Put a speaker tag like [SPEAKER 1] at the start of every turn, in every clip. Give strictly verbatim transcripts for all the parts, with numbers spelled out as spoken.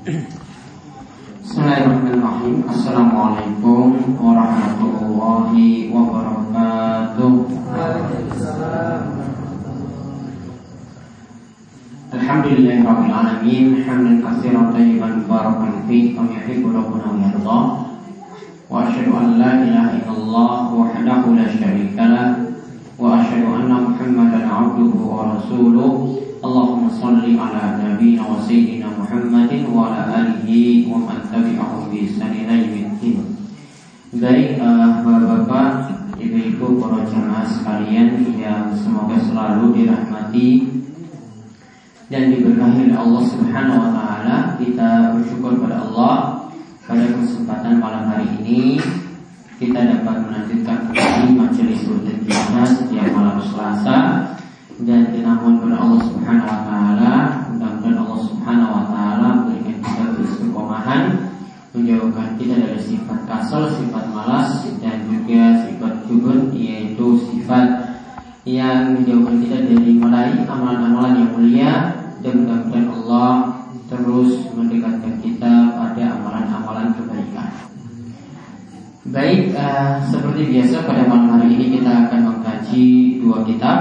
[SPEAKER 1] Bismillahirrahmanirrahim. Assalamualaikum warahmatullahi wabarakatuh. Alhamdulillahirabbil alamin, hamdan katsiran thayyiban mubarakan fihi kama yuhibbu rabbuna wa yarda. Wa asyhadu an la ilaha illallah wahdahu la syarika lah wa asyhadu anna Muhammadan abduhu wa rasuluh. Allahumma shalli ala nabiyyina wa sayyidina Muhammadin wa ala alihi wa man tabi'ahum bi ihsan ila yaumiddin. Baik, uh, Bapak-bapak, Ibu-ibu, para jamaah sekalian yang semoga selalu dirahmati dan diberkahi oleh Allah Subhanahu wa taala, kita bersyukur pada Allah pada kesempatan malam hari ini kita dapat melanjutkan kembali majelis rutin kita setiap malam Selasa. Dan kita mohon kepada Allah Subhanahu wa taala, mudah-mudahan Allah Subhanahu wa taala memberikan kita keistiqomahan, menjauhkan kita dari sifat kasal, sifat malas, dan juga sifat jubun, yaitu sifat yang menjauhkan kita dari meraih amalan-amalan yang mulia. Dan mudah-mudahan Allah terus mendekatkan kita pada amalan-amalan kebaikan. Baik, uh, seperti biasa pada malam hari ini kita akan mengkaji dua kitab.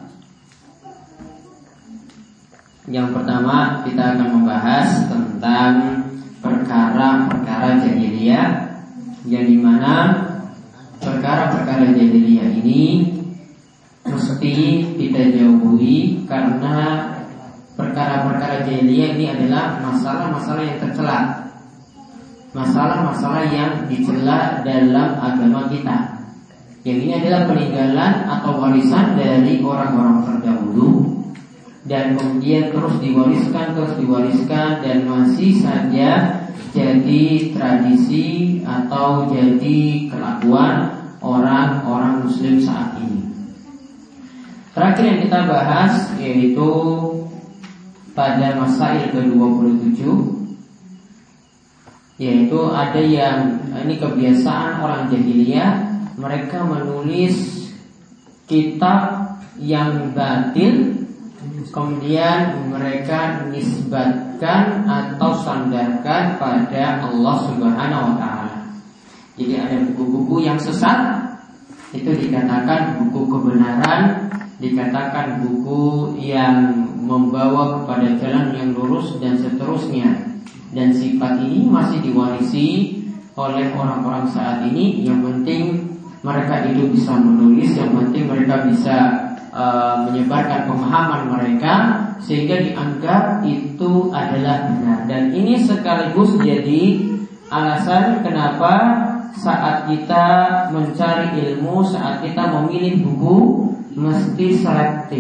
[SPEAKER 1] Yang pertama kita akan membahas tentang perkara-perkara jahiliyah, yang dimana perkara-perkara jahiliyah ini mesti kita jauhi, karena perkara-perkara jahiliyah ini adalah masalah-masalah yang tercela, masalah-masalah yang dicela dalam agama kita. Yang ini adalah peninggalan atau warisan dari orang-orang terdahulu, dan kemudian terus diwariskan, terus diwariskan, dan masih saja jadi tradisi atau jadi kelakuan orang-orang muslim saat ini. Terakhir yang kita bahas yaitu pada masail ke dua puluh tujuh, yaitu ada yang, ini kebiasaan orang jahiliyah, mereka menulis kitab yang batil, kemudian mereka nisbatkan atau sandarkan pada Allah Subhanahu wa taala. Jadi ada buku-buku yang sesat, itu dikatakan buku kebenaran, dikatakan buku yang membawa kepada jalan yang lurus dan seterusnya. Dan sifat ini masih diwarisi oleh orang-orang saat ini. Yang penting mereka itu bisa menulis, yang penting mereka bisa Uh, menyebarkan pemahaman mereka sehingga dianggap itu adalah benar. Dan ini sekaligus jadi alasan kenapa saat kita mencari ilmu, saat kita memilih buku, mesti selektif,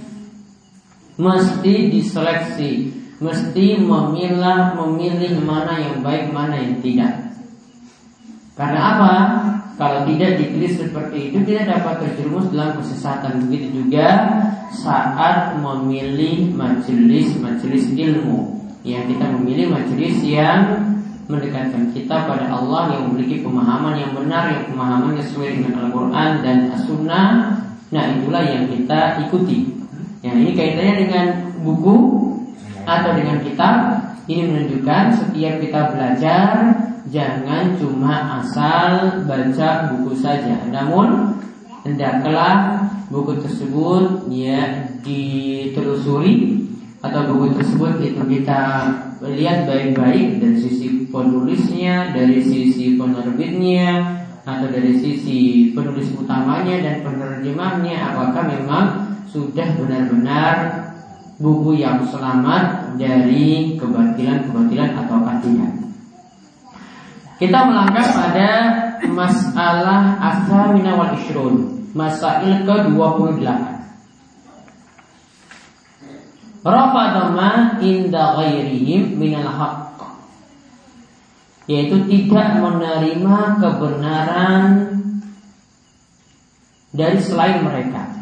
[SPEAKER 1] mesti diseleksi, mesti memilah, memilih mana yang baik, mana yang tidak. Karena apa? Kalau tidak dipilih seperti itu, kita dapat terjerumus dalam kesesatan. Begitu juga saat memilih majelis-majelis ilmu, yang kita memilih majelis yang mendekatkan kita pada Allah, yang memiliki pemahaman yang benar, yang pemahamannya sesuai dengan Al-Quran dan As-Sunnah. Nah, itulah yang kita ikuti. Yang ini kaitannya dengan buku atau dengan kitab. Ini menunjukkan setiap kita belajar, jangan cuma asal baca buku saja, namun hendaklah buku tersebut ya ditelusuri, atau buku tersebut itu kita lihat baik-baik dari sisi penulisnya, dari sisi penerbitnya, atau dari sisi penulis utamanya dan penerjemahnya, apakah memang sudah benar-benar buku yang selamat dari kebatilan-kebatilan ataukah tidak. Kita melangkah pada masalah as-samina wal ishrun, masail ke dua puluh delapan. Rafadama inda ghairihim minal haqq, yaitu tidak menerima kebenaran dari selain mereka.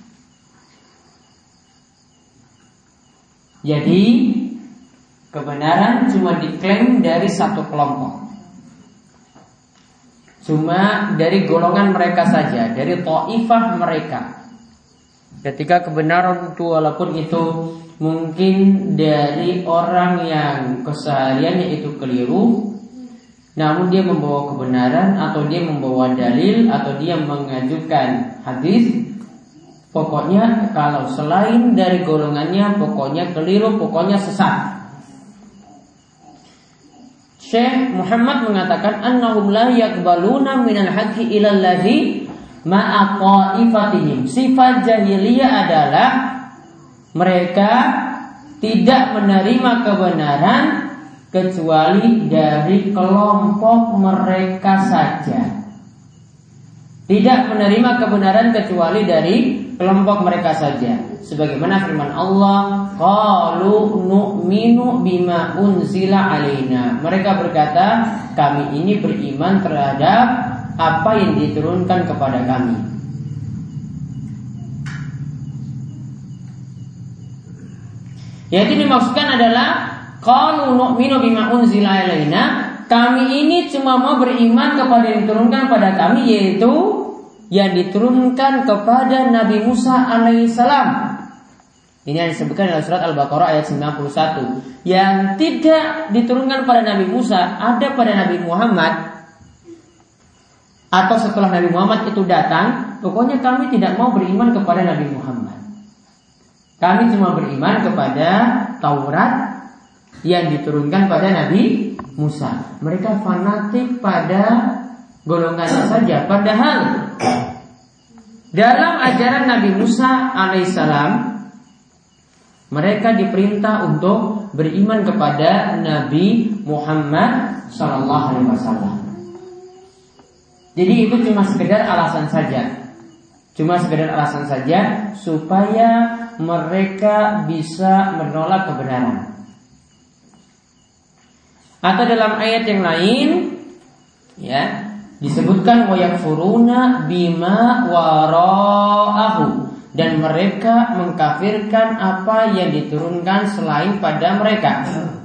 [SPEAKER 1] Jadi kebenaran cuma diklaim dari satu kelompok, cuma dari golongan mereka saja, dari taifah mereka. Ketika kebenaran itu walaupun itu mungkin dari orang yang kesehariannya itu keliru, namun dia membawa kebenaran atau dia membawa dalil atau dia mengajukan hadis, pokoknya kalau selain dari golongannya pokoknya keliru, pokoknya sesat. Syekh Muhammad mengatakan annahum la yaqbaluna minal haqqi ila allazi ma'a qa'ifatihim. Sifat jahiliyah adalah mereka tidak menerima kebenaran kecuali dari kelompok mereka saja. Tidak menerima kebenaran kecuali dari kelompok mereka saja. Sebagaimana firman Allah, qalu nu'minu bima unzila alaina. Mereka berkata, kami ini beriman terhadap apa yang diturunkan kepada kami. Yang dimaksudkan adalah qalu nu'minu bima unzila alaina. Kami ini cuma mau beriman kepada yang diturunkan pada kami, yaitu yang diturunkan kepada Nabi Musa alaihissalam. Ini yang disebutkan dalam surat Al-Baqarah ayat sembilan puluh satu. Yang tidak diturunkan pada Nabi Musa ada pada Nabi Muhammad, atau setelah Nabi Muhammad itu datang. Pokoknya kami tidak mau beriman kepada Nabi Muhammad. Kami cuma beriman kepada Taurat yang diturunkan pada Nabi Musa. Mereka fanatik pada golongannya saja. Padahal dalam ajaran Nabi Musa alaihissalam, mereka diperintah untuk beriman kepada Nabi Muhammad sallallahu alaihi wasallam. Jadi itu cuma sekedar alasan saja. Cuma sekedar alasan saja supaya mereka bisa menolak kebenaran. Atau dalam ayat yang lain, ya, disebutkan wa yakfuruna bima wara'ahu, dan mereka mengkafirkan apa yang diturunkan selain pada mereka.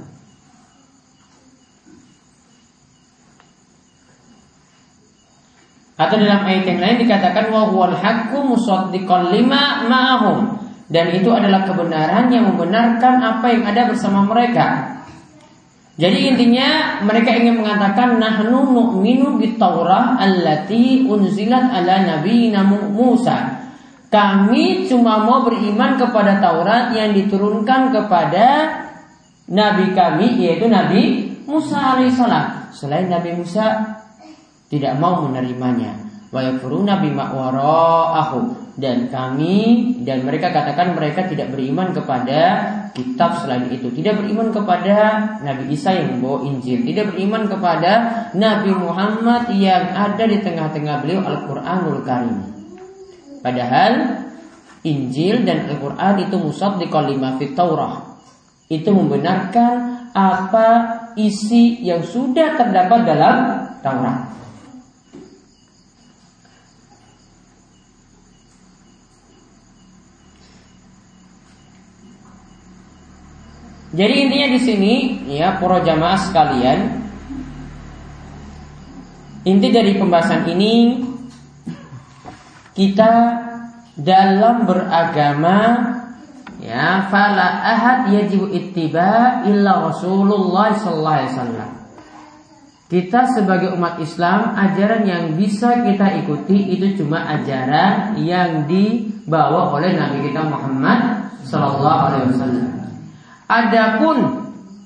[SPEAKER 1] Atau dalam ayat yang lain dikatakan wa huwal haqqu musaddiqan lima ma'ahum, dan itu adalah kebenaran yang membenarkan apa yang ada bersama mereka. Jadi intinya mereka ingin mengatakan nahnu nu'minu bit-Taurah allati unzilat ala nabiyina Musa. Kami cuma mau beriman kepada Taurat yang diturunkan kepada nabi kami, yaitu Nabi Musa alaihissalam. Selain Nabi Musa tidak mau menerimanya. Wa yakfuruna bima wara'ahu, dan kami dan mereka katakan mereka tidak beriman kepada kitab selain itu, tidak beriman kepada Nabi Isa yang membawa Injil, tidak beriman kepada Nabi Muhammad yang ada di tengah-tengah beliau Al-Qur'anul Karim. Padahal Injil dan Al-Qur'an itu musaddiqan lima fit Taurah, itu membenarkan apa isi yang sudah terdapat dalam Taurat. Jadi intinya di sini, ya para jamaah sekalian, inti dari pembahasan ini, kita dalam beragama, ya fala ahad yajibu ittiba illa Rasulullah sallallahu alaihi wasallam. Kita sebagai umat Islam, ajaran yang bisa kita ikuti itu cuma ajaran yang dibawa oleh Nabi kita Muhammad sallallahu alaihi wasallam. Adapun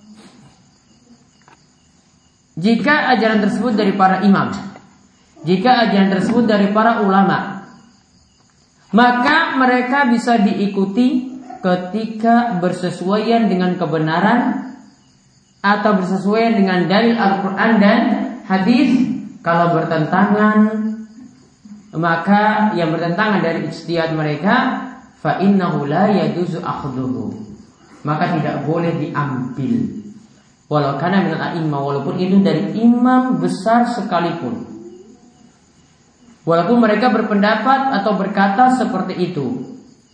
[SPEAKER 1] jika ajaran tersebut dari para imam, jika ajaran tersebut dari para ulama, maka mereka bisa diikuti ketika bersesuaian dengan kebenaran atau bersesuaian dengan dalil Al-Quran dan hadis. Kalau bertentangan, maka yang bertentangan dari ijtihad mereka, fa innahu la yajuzu akhdhuhu, maka tidak boleh diambil. Walau kana minal a'immah, walaupun itu dari imam besar sekalipun, walaupun mereka berpendapat atau berkata seperti itu.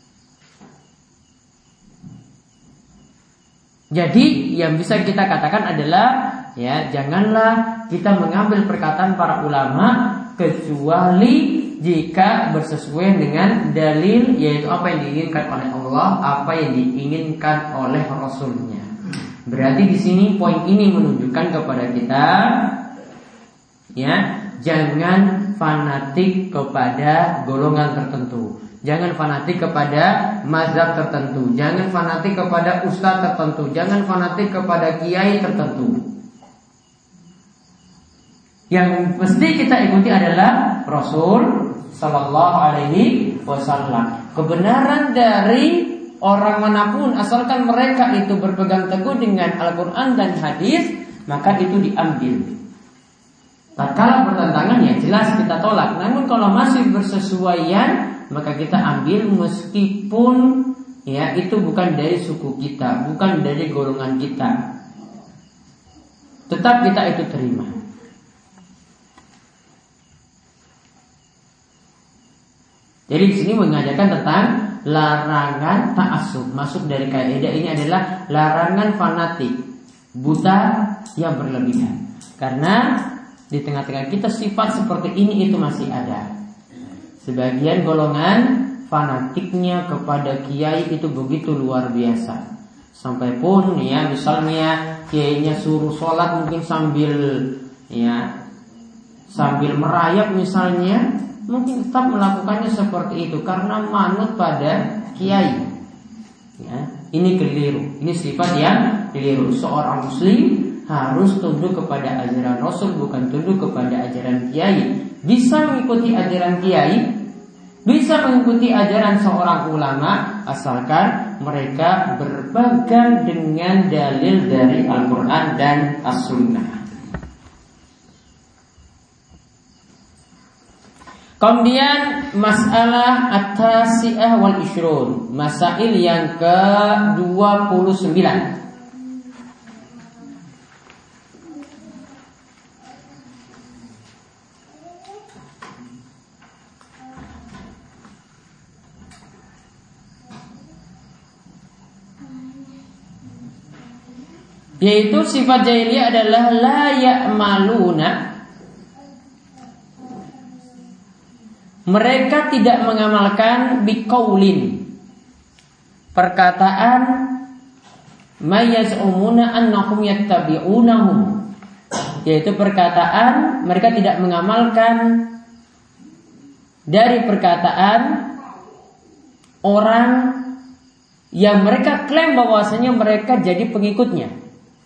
[SPEAKER 1] Jadi yang bisa kita katakan adalah, ya, janganlah kita mengambil perkataan para ulama kecuali jika bersesuaian dengan dalil, yaitu apa yang diinginkan oleh Allah, apa yang diinginkan oleh Rasulnya. Berarti di sini poin ini menunjukkan kepada kita, ya, jangan fanatik kepada golongan tertentu, jangan fanatik kepada mazhab tertentu, jangan fanatik kepada ustadz tertentu, jangan fanatik kepada kiai tertentu. Yang mesti kita ikuti adalah Rasul Sallallahu Alaihi Wasallam. Kebenaran dari orang manapun, asalkan mereka itu berpegang teguh dengan Al-Quran dan hadis, maka itu diambil. Tatkala bertentangan, ya jelas kita tolak. Namun kalau masih bersesuaian, maka kita ambil, meskipun ya itu bukan dari suku kita, bukan dari golongan kita, tetap kita itu terima. Jadi di sini mengajarkan tentang larangan ta'assub. Masuk dari kaidah ini adalah larangan fanatik, buta yang berlebihan. Karena di tengah-tengah kita sifat seperti ini itu masih ada. Sebagian golongan fanatiknya kepada kiai itu begitu luar biasa. Sampai pun ya misalnya kiainya suruh sholat mungkin sambil ya sambil merayap misalnya, mungkin tetap melakukannya seperti itu karena manut pada kiai. Ya, ini keliru. Ini sifat yang keliru. Seorang muslim harus tunduk kepada ajaran Rasul, bukan tunduk kepada ajaran kiai. Bisa mengikuti ajaran kiai, bisa mengikuti ajaran seorang ulama, asalkan mereka berpegang dengan dalil dari Al-Quran dan As-Sunnah. Kemudian masalah at-tasi'ah wal ishrun, masail yang ke dua puluh sembilan. Yaitu sifat jahiliyah adalah la ya'maluna, mereka tidak mengamalkan biqaulin, perkataan mayaz'umuna annahum yattabi'unahum, yaitu perkataan mereka tidak mengamalkan dari perkataan orang yang mereka klaim bahwasanya mereka jadi pengikutnya.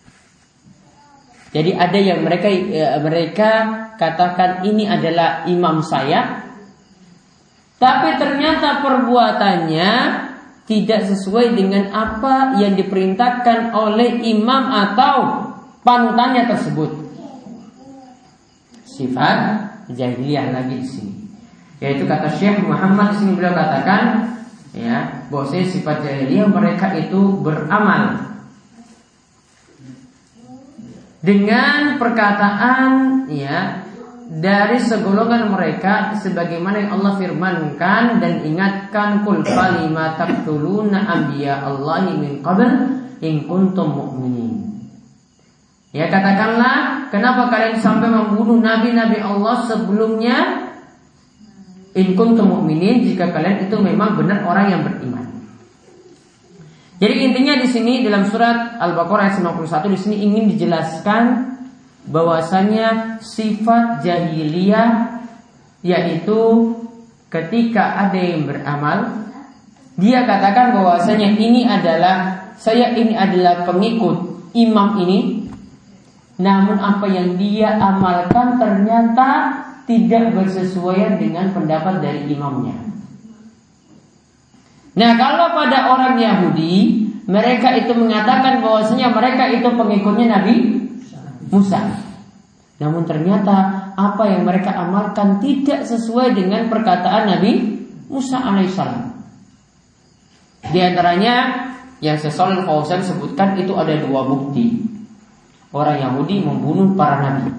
[SPEAKER 1] Jadi ada yang mereka mereka katakan ini adalah imam saya, tapi ternyata perbuatannya tidak sesuai dengan apa yang diperintahkan oleh imam atau panutannya tersebut. Sifat jahiliyah lagi di sini. Yaitu kata Syekh Muhammad di sini beliau katakan, ya, bahwa sifat jahiliyah mereka itu beramal dengan perkataan, ya, dari segolongan mereka sebagaimana yang Allah firmankan dan ingatkan, qul falima taqtuluna anbiya Allahi min qabl in kuntum mu'minin. Ya, katakanlah, kenapa kalian sampai membunuh nabi-nabi Allah sebelumnya, in kuntum mu'minin, jika kalian itu memang benar orang yang beriman. Jadi intinya di sini dalam surat Al-Baqarah ayat sembilan puluh satu di sini ingin dijelaskan bahwasanya sifat jahiliyah yaitu ketika ada yang beramal, dia katakan bahwasanya ini adalah saya ini adalah pengikut imam ini, namun apa yang dia amalkan ternyata tidak bersesuaian dengan pendapat dari imamnya. Nah, kalau pada orang Yahudi, mereka itu mengatakan bahwasanya mereka itu pengikutnya Nabi Musa. Namun ternyata apa yang mereka amalkan tidak sesuai dengan perkataan Nabi Musa alaihissalam. Di antaranya yang Syekh Shalih Fauzan sebutkan itu ada dua bukti. Orang Yahudi membunuh para nabi.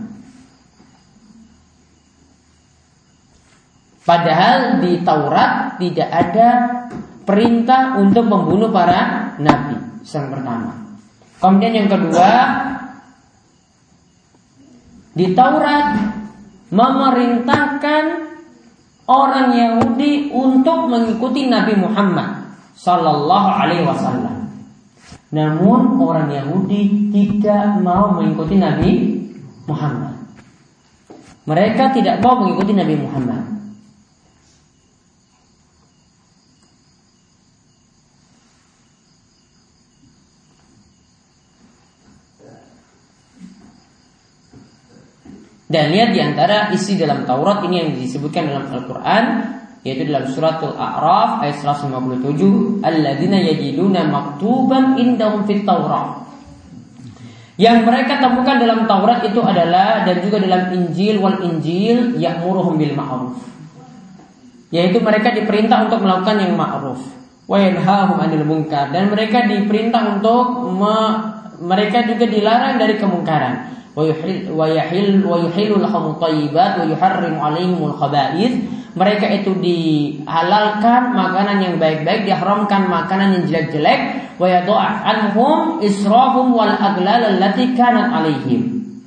[SPEAKER 1] Padahal di Taurat tidak ada perintah untuk membunuh para nabi. Yang pertama. Kemudian yang kedua, di Taurat memerintahkan orang Yahudi untuk mengikuti Nabi Muhammad sallallahu alaihi wasallam. Namun orang Yahudi tidak mau mengikuti Nabi Muhammad. Mereka tidak mau mengikuti Nabi Muhammad. Dan lihat diantara isi dalam Taurat ini yang disebutkan dalam Al-Quran, yaitu dalam suratul A'raf ayat seratus lima puluh tujuh, alladzina yajiduna maktuban indahum fit Taurat. Yang mereka temukan dalam Taurat itu adalah, dan juga dalam Injil wal Injil, ya'muruhum bil ma'ruf, yaitu mereka diperintah untuk melakukan yang ma'ruf, wa yanhahum 'anil munkar, dan mereka diperintah untuk me, mereka juga dilarang dari kemungkaran. Wa yuhil wa yahil wa yuhilu lahum thayyibat wa yuharrimu 'alaihimul khaba'ith. Mereka itu dihalalkan makanan yang baik-baik, diharamkan makanan yang jelek-jelek. Wa yad'u 'anhum israhum wal aghlal allati kanat 'alaihim.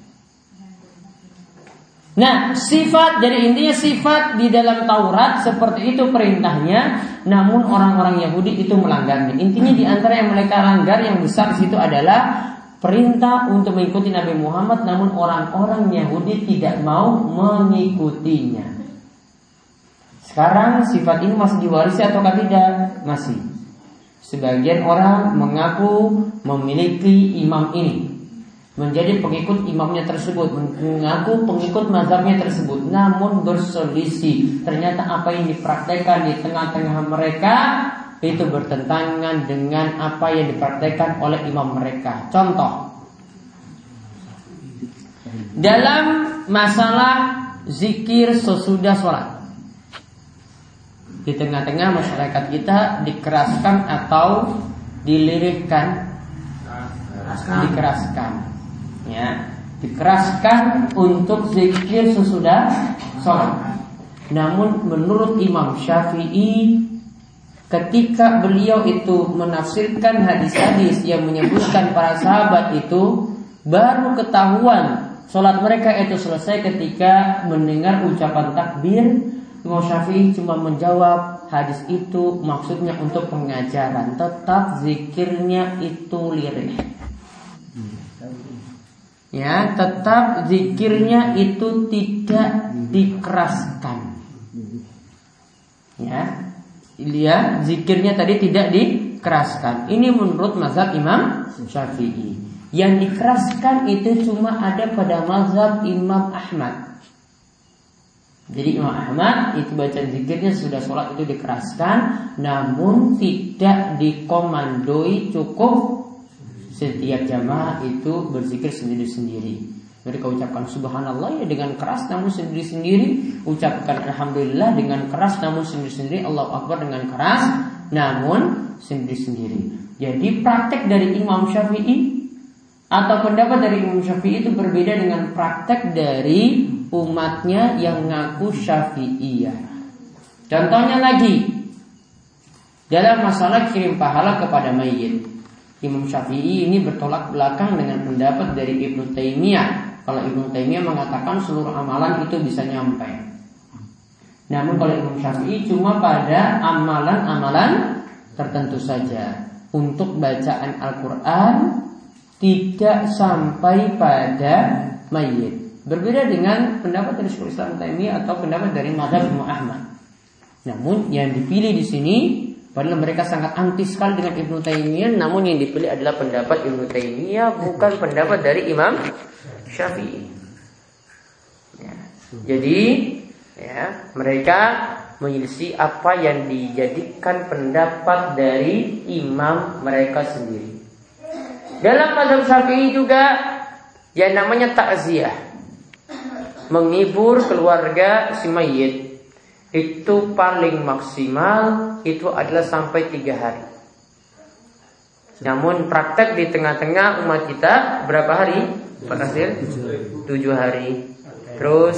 [SPEAKER 1] Nah, sifat dari intinya sifat di dalam Taurat seperti itu perintahnya, namun orang-orang Yahudi itu melanggarnya. Intinya di antara yang mereka langgar yang besar di situ adalah perintah untuk mengikuti Nabi Muhammad, namun orang-orang Yahudi tidak mau mengikutinya. Sekarang sifat ini masih diwarisi atau tidak? Masih. Sebagian orang mengaku memiliki imam ini, menjadi pengikut imamnya tersebut, mengaku pengikut mazhabnya tersebut, namun berselisih. Ternyata apa yang dipraktekkan di tengah-tengah mereka itu bertentangan dengan apa yang dipraktekkan oleh imam mereka. Contoh, dalam masalah zikir sesudah sholat, di tengah-tengah masyarakat kita dikeraskan atau dilirihkan, dikeraskan, ya, dikeraskan untuk zikir sesudah sholat. Namun menurut Imam Syafi'i, ketika beliau itu menafsirkan hadis-hadis yang menyebutkan para sahabat itu, baru ketahuan sholat mereka itu selesai ketika mendengar ucapan takbir. Imam Syafi'i cuma menjawab, hadis itu maksudnya untuk pengajaran, tetap zikirnya itu lirih. Ya, tetap zikirnya itu tidak dikeraskan. Ya, dia zikirnya tadi tidak dikeraskan. Ini menurut mazhab Imam Syafi'i. Yang dikeraskan itu cuma ada pada mazhab Imam Ahmad. Jadi Imam Ahmad itu baca zikirnya sudah sholat itu dikeraskan, namun tidak dikomandoi, cukup setiap jamaah itu berzikir sendiri-sendiri. Mereka ucapkan subhanallah ya dengan keras namun sendiri-sendiri, ucapkan alhamdulillah dengan keras namun sendiri-sendiri, Allahu Akbar dengan keras namun sendiri-sendiri. Jadi praktek dari Imam Syafi'i atau pendapat dari Imam Syafi'i itu berbeda dengan praktek dari umatnya yang ngaku Syafi'iyah. Contohnya lagi, dalam masalah kirim pahala kepada mayit, Imam Syafi'i ini bertolak belakang dengan pendapat dari Ibnu Taimiyah. Kalau Ibnu Taimiyah mengatakan seluruh amalan itu bisa nyampe. Namun kalau Imam Syafi'i cuma pada amalan-amalan tertentu saja. Untuk bacaan Al-Quran tidak sampai pada mayit. Berbeda dengan pendapat dari Syekhul Islam Taimiyah atau pendapat dari mazhab Imam Ahmad. Namun yang dipilih di sini, padahal mereka sangat anti sekali dengan Ibnu Taimiyah, namun yang dipilih adalah pendapat Ibnu Taimiyah, bukan pendapat dari Imam Syafi'i. Ya. Jadi, ya, mereka menyelisih apa yang dijadikan pendapat dari imam mereka sendiri. Dalam mazhab Syafi'i juga yang namanya takziah, menghibur keluarga si mayit, itu paling maksimal itu adalah sampai tiga hari. Namun praktek di tengah-tengah umat kita berapa hari? Pak Nasir? Tujuh hari. Terus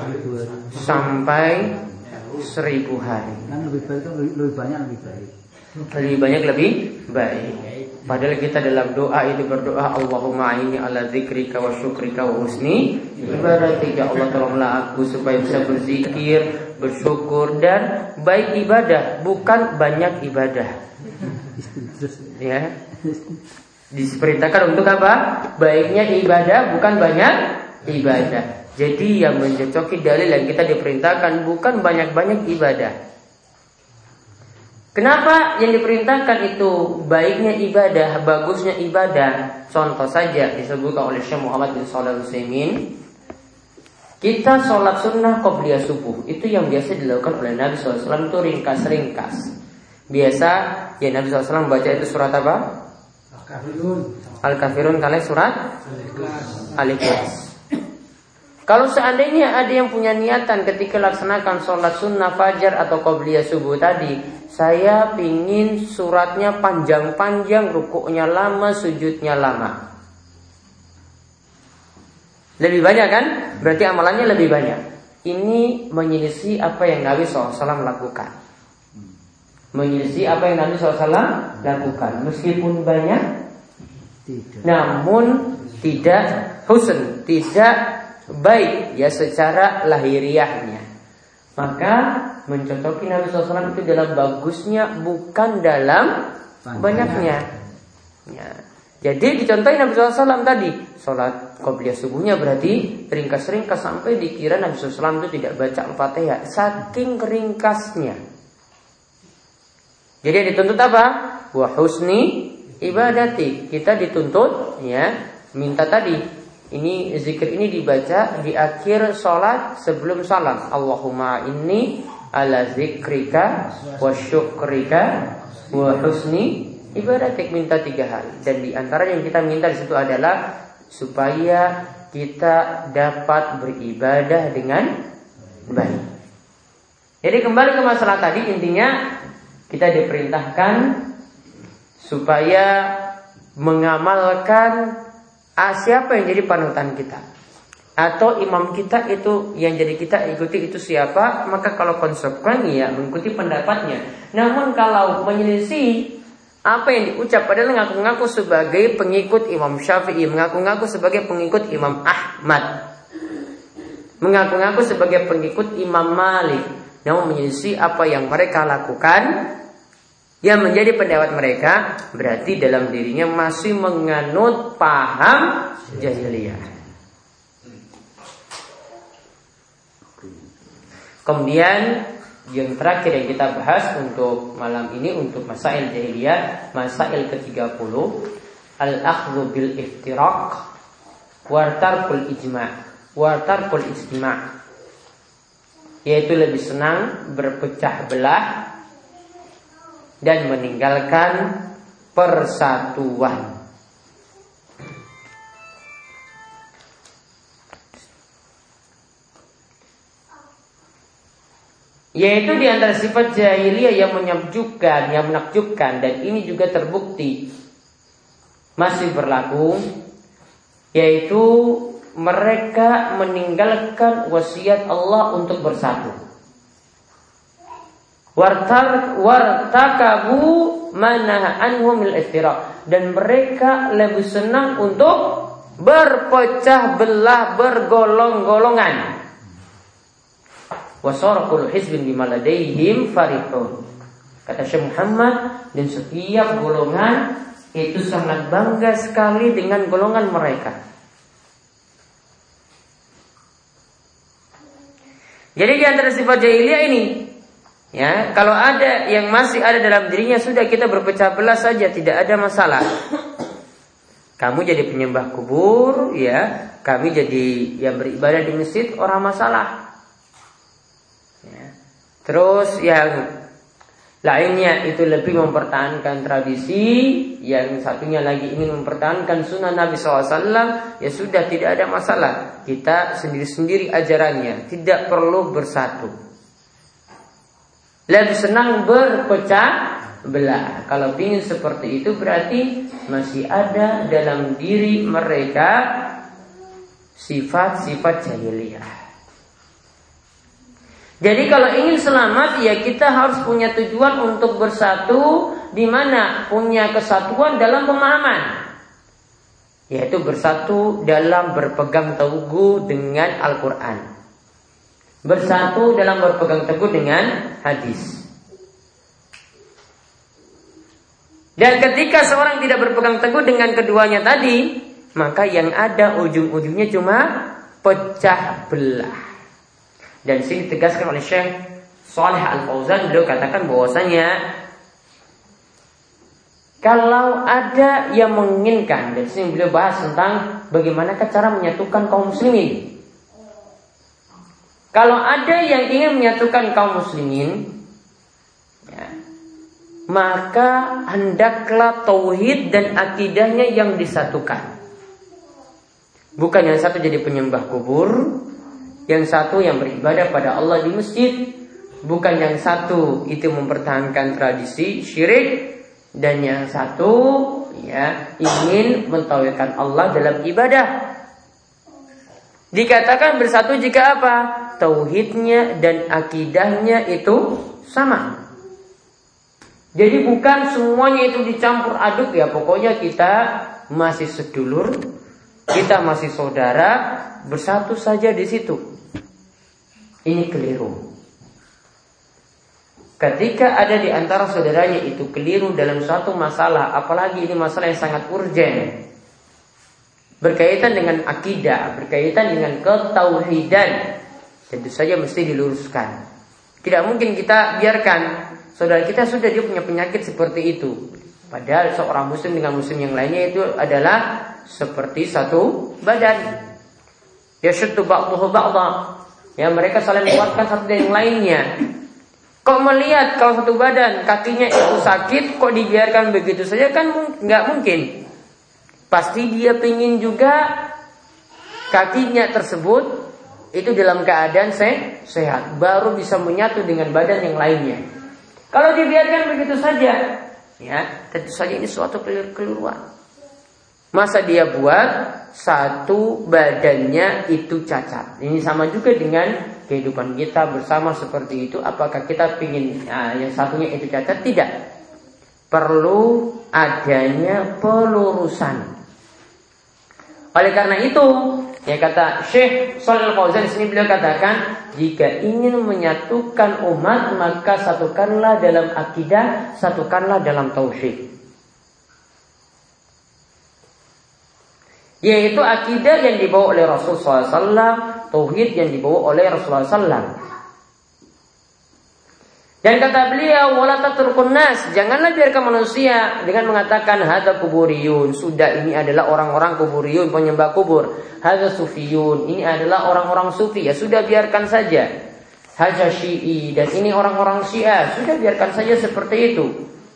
[SPEAKER 1] sampai seribu hari.
[SPEAKER 2] Kan lebih baik itu lebih banyak lebih baik.
[SPEAKER 1] Lebih banyak lebih baik. Padahal kita dalam doa itu berdoa, Allahumma a'inni ala dzikrika wa syukrika wa husni ibadatika. Allah, tolonglah aku supaya bisa berzikir, bersyukur dan baik ibadah, bukan banyak ibadah. Ya. Diperintahkan untuk apa? Baiknya ibadah, bukan banyak ibadah. Jadi yang mencocoki dalil yang kita diperintahkan bukan banyak-banyak ibadah. Kenapa yang diperintahkan itu baiknya ibadah, bagusnya ibadah? Contoh saja disebutkan oleh Syekh Muhammad bin Shalih Al-Utsaimin. Kita sholat sunnah qobliyah subuh, itu yang biasa dilakukan oleh Nabi shallallahu alaihi wasallam itu ringkas-ringkas. Biasa ya Nabi shallallahu alaihi wasallam baca itu surat apa? Al-Kafirun. Al-Kafirun kali surat Al-Ikhlas. Kalau seandainya ada yang punya niatan ketika laksanakan sholat sunnah fajar atau qobliyah subuh tadi, saya pingin suratnya panjang-panjang, rukuknya lama, sujudnya lama. Lebih banyak kan? Berarti amalannya lebih banyak. Ini menyelisih apa yang Nabi shallallahu alaihi wasallam lakukan. Menyelisih apa yang Nabi shallallahu alaihi wasallam lakukan. Meskipun banyak, tidak. Namun tidak husn, tidak baik ya secara lahiriahnya. Maka mencocoki Nabi shallallahu alaihi wasallam itu dalam bagusnya, bukan dalam banyaknya ya. Jadi dicontohin Nabi shallallahu alaihi wasallam tadi, sholat qobliyah subuhnya berarti ringkas-ringkas sampai dikira Nabi shallallahu alaihi wasallam itu tidak baca Al-Fatihah, saking ringkasnya. Jadi yang dituntut apa? Wa husni ibadati. Kita dituntut ya minta tadi, ini zikir ini dibaca di akhir sholat sebelum salam. Allahumma inni ala zikrika wa syukrika wa husni ibadatik. Minta tiga hal. Dan di antara yang kita minta di situ adalah supaya kita dapat beribadah dengan baik. Jadi kembali ke masalah tadi, intinya kita diperintahkan supaya mengamalkan Ah, siapa yang jadi panutan kita atau imam kita itu yang jadi kita ikuti itu siapa, maka kalau konsekuen ya mengikuti pendapatnya. Namun kalau menyelisih apa yang diucap, padahal mengaku-ngaku sebagai pengikut Imam Syafi'i, mengaku-ngaku sebagai pengikut Imam Ahmad, mengaku-ngaku sebagai pengikut Imam Malik, namun menyelisih apa yang mereka lakukan yang menjadi pendapat mereka, berarti dalam dirinya masih menganut paham jahiliyah. Kemudian yang terakhir yang kita bahas untuk malam ini, untuk masail jahiliyah, masail ketiga puluh, al-akhdhu bil iftiraq wa tarkul ijma' wa tarkul ijtima', yaitu lebih senang berpecah belah dan meninggalkan persatuan. Yaitu di antara sifat jahiliyah yang menakjubkan, yang menakjubkan, dan ini juga terbukti masih berlaku, yaitu mereka meninggalkan wasiat Allah untuk bersatu. Wartar wartakabu mana anhum al iftiraq, dan mereka lebih senang untuk berpecah belah, bergolong-golongan. Wasarqul hizbin bima ladaihim farihun. Kata Syekh Muhammad, dan setiap golongan itu sangat bangga sekali dengan golongan mereka. Jadi di antara sifat jahiliyah ini, ya, kalau ada yang masih ada dalam dirinya, sudah kita berpecah belah saja, tidak ada masalah. Kamu jadi penyembah kubur, ya, kami jadi yang beribadah di masjid, orang masalah. Ya. Terus yang lainnya itu lebih mempertahankan tradisi, yang satunya lagi ingin mempertahankan sunnah Nabi shallallahu alaihi wasallam, ya sudah, tidak ada masalah. Kita sendiri-sendiri ajarannya, tidak perlu bersatu. Lebih senang berpecah belah. Kalau ingin seperti itu, berarti masih ada dalam diri mereka sifat-sifat jahiliyah. Jadi kalau ingin selamat, ya kita harus punya tujuan untuk bersatu di mana punya kesatuan dalam pemahaman, yaitu bersatu dalam berpegang teguh dengan Al-Quran, bersatu dalam berpegang teguh dengan hadis. Dan ketika seorang tidak berpegang teguh dengan keduanya tadi, maka yang ada ujung-ujungnya cuma pecah belah. Dan sini ditegaskan oleh Syekh Shalih Al-Fauzan, beliau katakan bahwasanya kalau ada yang menginginkan, dan sini beliau bahas tentang bagaimana cara menyatukan kaum muslimin. Kalau ada yang ingin menyatukan kaum muslimin, ya, maka hendaklah tauhid dan akidahnya yang disatukan. Bukan yang satu jadi penyembah kubur, yang satu yang beribadah pada Allah di masjid, bukan yang satu itu mempertahankan tradisi syirik, dan yang satu ya ingin mentauhidkan Allah dalam ibadah. Dikatakan bersatu jika apa? Tauhidnya dan akidahnya itu sama. Jadi bukan semuanya itu dicampur aduk ya. Pokoknya kita masih sedulur, kita masih saudara, bersatu saja di situ. Ini keliru. Ketika ada di antara saudaranya itu keliru dalam suatu masalah, apalagi ini masalah yang sangat urgen, berkaitan dengan akidah, berkaitan dengan ketauhidan, tentu saja mesti diluruskan. Tidak mungkin kita biarkan saudara kita sudah dia punya penyakit seperti itu, padahal seorang muslim dengan muslim yang lainnya itu adalah seperti satu badan. Yashuddu ba'duhu ba'dha. Ya, mereka saling menguatkan satu dengan yang lainnya. Kok melihat kalau satu badan kakinya itu sakit, kok dibiarkan begitu saja, kan nggak mungkin. Pasti dia pingin juga kakinya tersebut itu dalam keadaan se- sehat, baru bisa menyatu dengan badan yang lainnya. Kalau dibiarkan begitu saja, ya tentu saja ini suatu keliruan. Masa dia buat satu badannya itu cacat? Ini sama juga dengan kehidupan kita bersama seperti itu. Apakah kita ingin nah, yang satunya itu cacat? Tidak. Perlu adanya pelurusan. Oleh karena itu, ya kata Syekh Shalih Al-Fauzan di sini beliau katakan, jika ingin menyatukan umat maka satukanlah dalam akidah, satukanlah dalam tauhid. Yaitu akidah yang dibawa oleh Rasulullah shallallahu alaihi wasallam, tauhid yang dibawa oleh Rasulullah shallallahu alaihi wasallam. Dan kata beliau, wala tatrukun nas, janganlah biarkan manusia dengan mengatakan hadza kuburiyun, sudah ini adalah orang-orang kuburiyun, penyembah kubur. Hadza sufiyun, ini adalah orang-orang sufi, ya sudah biarkan saja. Hadza syi'i, dan ini orang-orang syiah, sudah biarkan saja seperti itu.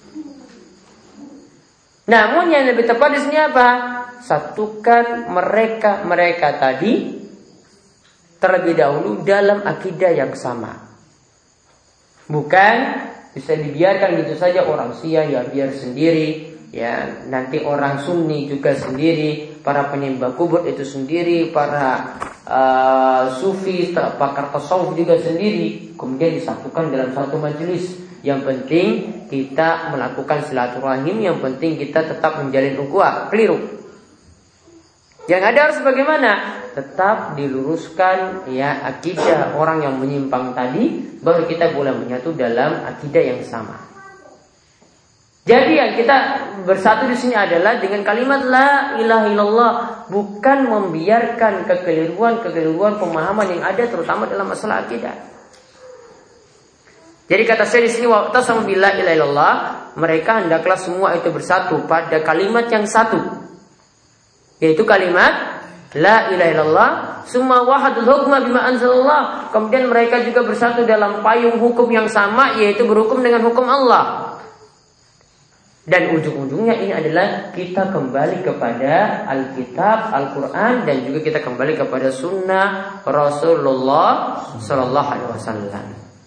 [SPEAKER 1] Namun yang lebih tepat di sini apa? Satukan mereka-mereka tadi terlebih dahulu dalam akidah yang sama. Bukan bisa dibiarkan gitu saja, orang Syiah ya biar sendiri, ya nanti orang Sunni juga sendiri, para penyembah kubur itu sendiri, para uh, Sufi, pakar tasawuf juga sendiri, kemudian disatukan dalam satu majelis. Yang penting kita melakukan silaturahim, yang penting kita tetap menjalin ukhuwah. Keliru. Yang ada harus bagaimana? Tetap diluruskan ya akidah orang yang menyimpang tadi, baru kita boleh menyatu dalam akidah yang sama. Jadi yang kita bersatu di sini adalah dengan kalimat la ilaha illallah, bukan membiarkan kekeliruan-kekeliruan pemahaman yang ada terutama dalam masalah akidah. Jadi kata saya di sini wa tasamu billah ilaha illallah, mereka hendaklah semua itu bersatu pada kalimat yang satu. Yaitu kalimat la ilaha illallah, summa wahadul hukma bima anzalallah. Kemudian mereka juga bersatu dalam payung hukum yang sama, yaitu berhukum dengan hukum Allah. Dan ujung-ujungnya ini adalah kita kembali kepada Alkitab, Al-Quran, dan juga kita kembali kepada sunnah Rasulullah Sallallahu Alaihi Wasallam.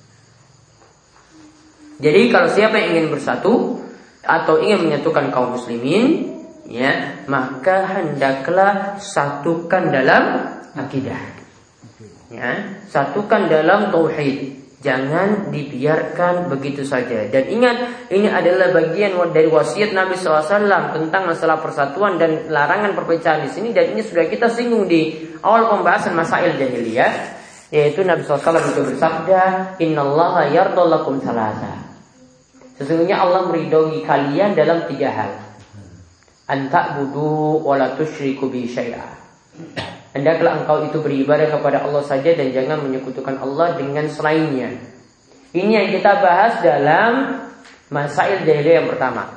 [SPEAKER 1] Jadi kalau siapa yang ingin bersatu atau ingin menyatukan kaum muslimin, ya, maka hendaklah satukan dalam akidah, ya, satukan dalam tauhid.
[SPEAKER 2] Jangan dibiarkan begitu saja. Dan ingat, ini adalah bagian dari wasiat Nabi shallallahu alaihi wasallam tentang masalah persatuan dan larangan perpecahan di sini. Dan ini sudah kita singgung di awal pembahasan masail jahiliyah, yaitu Nabi shallallahu alaihi wasallam itu bersabda, Innallaha yardha lakum thalatha. Sesungguhnya Allah meridhoi kalian dalam tiga hal. Anta'budu wa la tusyriku bi syai'a. Hendaklah engkau itu beribadah kepada Allah saja dan jangan menyekutukan Allah dengan selainnya. Ini yang kita bahas dalam masail jahiliyah yang pertama.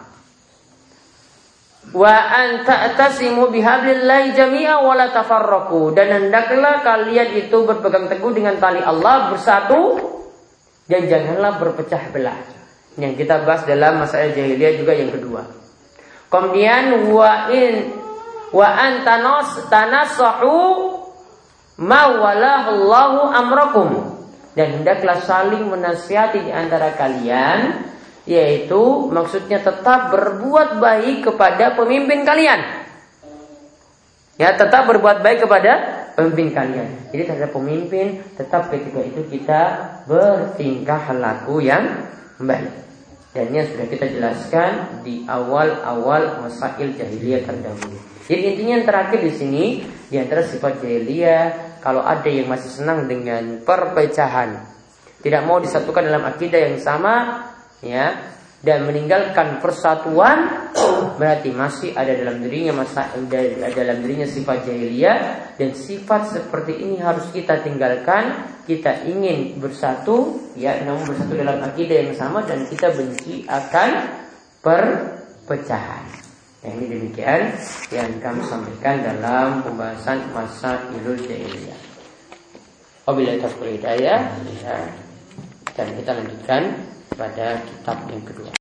[SPEAKER 2] Wa an ta'tasimu bihablillahi jami'a wa la tafarraqu. Dan hendaklah kalian itu berpegang teguh dengan tali Allah, bersatu dan janganlah berpecah belah. Yang kita bahas dalam masail jahiliyah juga yang kedua. Kemudian wa in wa antanos tanasahu ma walahullahu amrakum. Dan hendaklah saling menasihati di antara kalian, yaitu maksudnya tetap berbuat baik kepada pemimpin kalian. Ya, tetap berbuat baik kepada pemimpin kalian. Jadi terhadap pemimpin tetap ketika itu kita bertingkah laku yang baik. Dan ini sudah kita jelaskan di awal-awal masail jahiliyah terdahulu. Jadi intinya yang terakhir di sini, di antara sifat jahiliyah, kalau ada yang masih senang dengan perpecahan, tidak mau disatukan dalam akidah yang sama, ya, dan meninggalkan persatuan, berarti masih ada dalam dirinya masa dalam dirinya sifat jahiliyah. Dan sifat seperti ini harus kita tinggalkan. Kita ingin bersatu, ya, namun bersatu dalam akidah yang sama, dan kita benci akan perpecahan. Nah, ini demikian yang kami sampaikan dalam pembahasan masa ilul jahiliyah. Wabillahi taufiq wal hidayah. Dan kita lanjutkan pada kitab yang kedua.